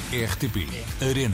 RTP Arena.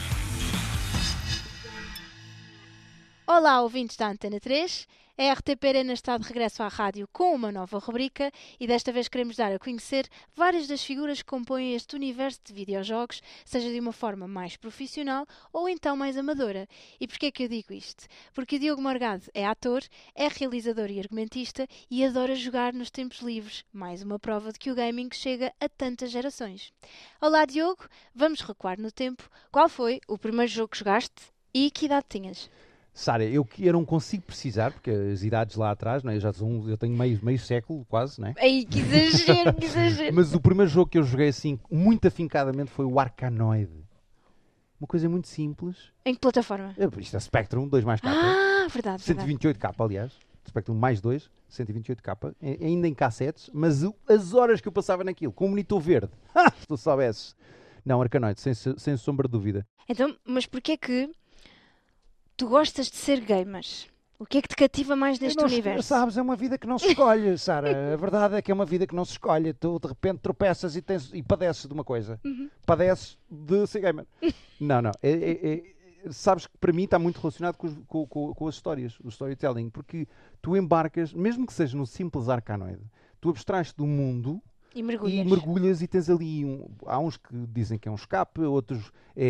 Olá, ouvintes da Antena 3. A RTP Arena está de regresso à rádio com uma nova rubrica e desta vez queremos dar a conhecer várias das figuras que compõem este universo de videojogos, seja de uma forma mais profissional ou então mais amadora. E porquê é que eu digo isto? Porque o Diogo Morgado é ator, é realizador e argumentista e adora jogar nos tempos livres. Mais uma prova de que o gaming chega a tantas gerações. Olá, Diogo. Vamos recuar no tempo. Qual foi o primeiro jogo que jogaste e que idade tinhas? Sara, eu não consigo precisar, porque as idades lá atrás, não é? Eu tenho meio século quase, não é? Ai, que exagero, que exagero. Mas o primeiro jogo que eu joguei assim, muito afincadamente, foi o Arkanoid. Uma coisa muito simples. Em que plataforma? Isto é Spectrum 2+K. Ah, verdade. 128K, aliás. Spectrum mais 2, 128K. Ainda em cassetes, mas as horas que eu passava naquilo, com o monitor verde. Se tu soubesses. Não, Arkanoid, sem sombra de dúvida. Então, mas porquê que tu gostas de ser gamer? O que é que te cativa mais neste universo? Sabes, é uma vida que não se escolhe, Sara. A verdade é que é uma vida que não se escolhe. Tu, de repente, tropeças e padeces de uma coisa. Padeces de ser gamer. Não. Sabes que para mim está muito relacionado com as histórias, o storytelling. Porque tu embarcas, mesmo que seja no simples Arkanoid, tu abstrais do mundo E mergulhas e tens ali há uns que dizem que é um escape, outros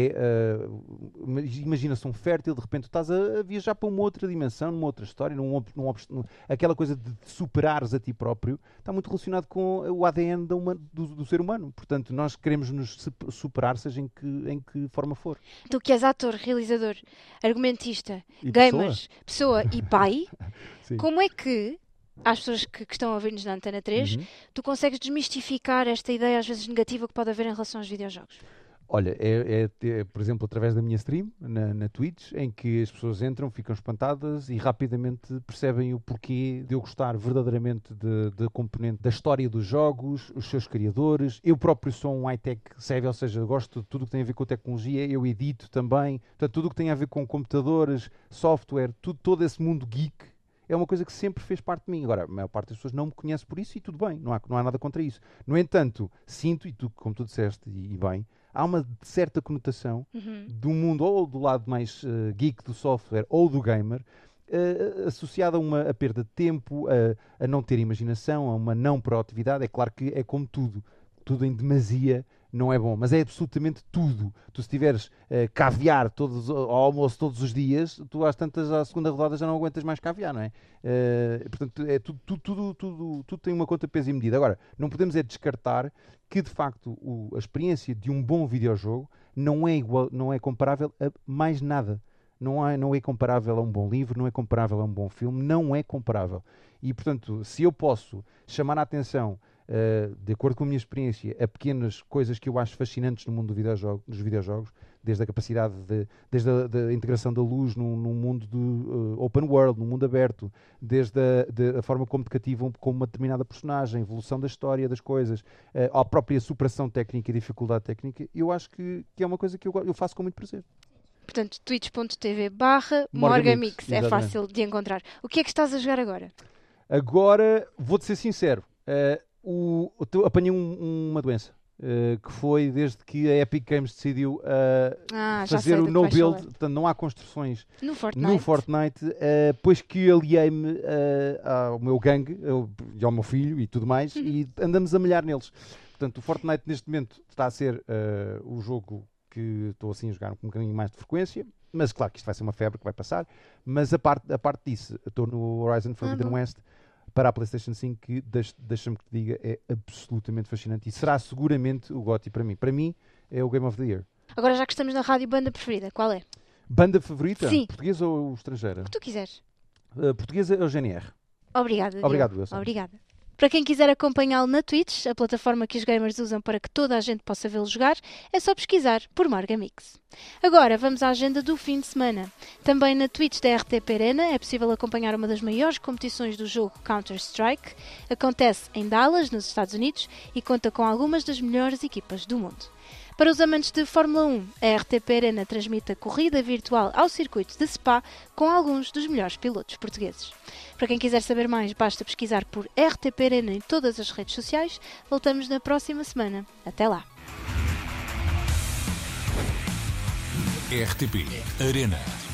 imagina-se um fértil, de repente tu estás a viajar para uma outra dimensão, numa outra história, aquela coisa de superares a ti próprio, está muito relacionado com o ADN do ser humano. Portanto, nós queremos nos superar, seja em que forma for. Tu que és ator, realizador, argumentista, gamer, pessoa e pai, como é que às pessoas que estão a ouvir-nos na Antena 3, tu consegues desmistificar esta ideia às vezes negativa que pode haver em relação aos videojogos? Olha, por exemplo, através da minha stream, na Twitch, em que as pessoas entram, ficam espantadas e rapidamente percebem o porquê de eu gostar verdadeiramente da componente da história dos jogos, os seus criadores. Eu próprio sou um high-tech savvy, ou seja, gosto de tudo o que tem a ver com tecnologia, eu edito também, portanto, tudo o que tem a ver com computadores, software, todo esse mundo geek, é uma coisa que sempre fez parte de mim. Agora, a maior parte das pessoas não me conhece por isso e tudo bem, não há nada contra isso. No entanto, sinto, e tu, como tu disseste, e bem, há uma certa conotação do mundo, ou do lado mais geek do software, ou do gamer, associada a perda de tempo, a não ter imaginação, a uma não proatividade. É claro que é como tudo em demasia não é bom, mas é absolutamente tudo. Tu, se tiveres caviar ao almoço todos os dias, tu às tantas, à segunda rodada já não aguentas mais caviar, não é? Portanto, tudo tem uma conta, peso e medida. Agora, não podemos descartar que, de facto, a experiência de um bom videojogo não é comparável a mais nada. Não é comparável a um bom livro, não é comparável a um bom filme, não é comparável. E, portanto, se eu posso chamar a atenção, de acordo com a minha experiência, a pequenas coisas que eu acho fascinantes no mundo dos videojogos, desde a capacidade desde a integração da luz num mundo do open world, num mundo aberto, desde a forma como te cativam com uma determinada personagem, a evolução da história das coisas, a própria superação técnica e dificuldade técnica, eu acho que é uma coisa que eu faço com muito prazer. Portanto, twitch.tv/morgamix é fácil de encontrar. O que é que estás a jogar agora? Agora, vou-te ser sincero, eu apanhei uma doença, que foi desde que a Epic Games decidiu fazer o no build, portanto não há construções no Fortnite, pois que aliei-me ao meu gangue e ao meu filho e tudo mais, e andamos a malhar neles. Portanto, o Fortnite neste momento está a ser o jogo que estou assim a jogar com um bocadinho mais de frequência, mas claro que isto vai ser uma febre que vai passar, mas a parte disso, estou no Horizon Forbidden West para a PlayStation 5, que deixa-me que te diga, é absolutamente fascinante e será seguramente o GOTY para mim. Para mim é o Game of the Year. Agora, já que estamos na rádio, banda preferida, qual é? Banda favorita? Sim. Portuguesa ou estrangeira? O que tu quiseres. Portuguesa é o GNR. Obrigada. Obrigado, Wilson. Obrigada. Para quem quiser acompanhá-lo na Twitch, a plataforma que os gamers usam para que toda a gente possa vê-lo jogar, é só pesquisar por Morgamix. Agora vamos à agenda do fim de semana. Também na Twitch da RTP Arena é possível acompanhar uma das maiores competições do jogo Counter-Strike. Acontece em Dallas, nos Estados Unidos, e conta com algumas das melhores equipas do mundo. Para os amantes de Fórmula 1, a RTP Arena transmite a corrida virtual ao circuito de Spa com alguns dos melhores pilotos portugueses. Para quem quiser saber mais, basta pesquisar por RTP Arena em todas as redes sociais. Voltamos na próxima semana. Até lá! RTP Arena.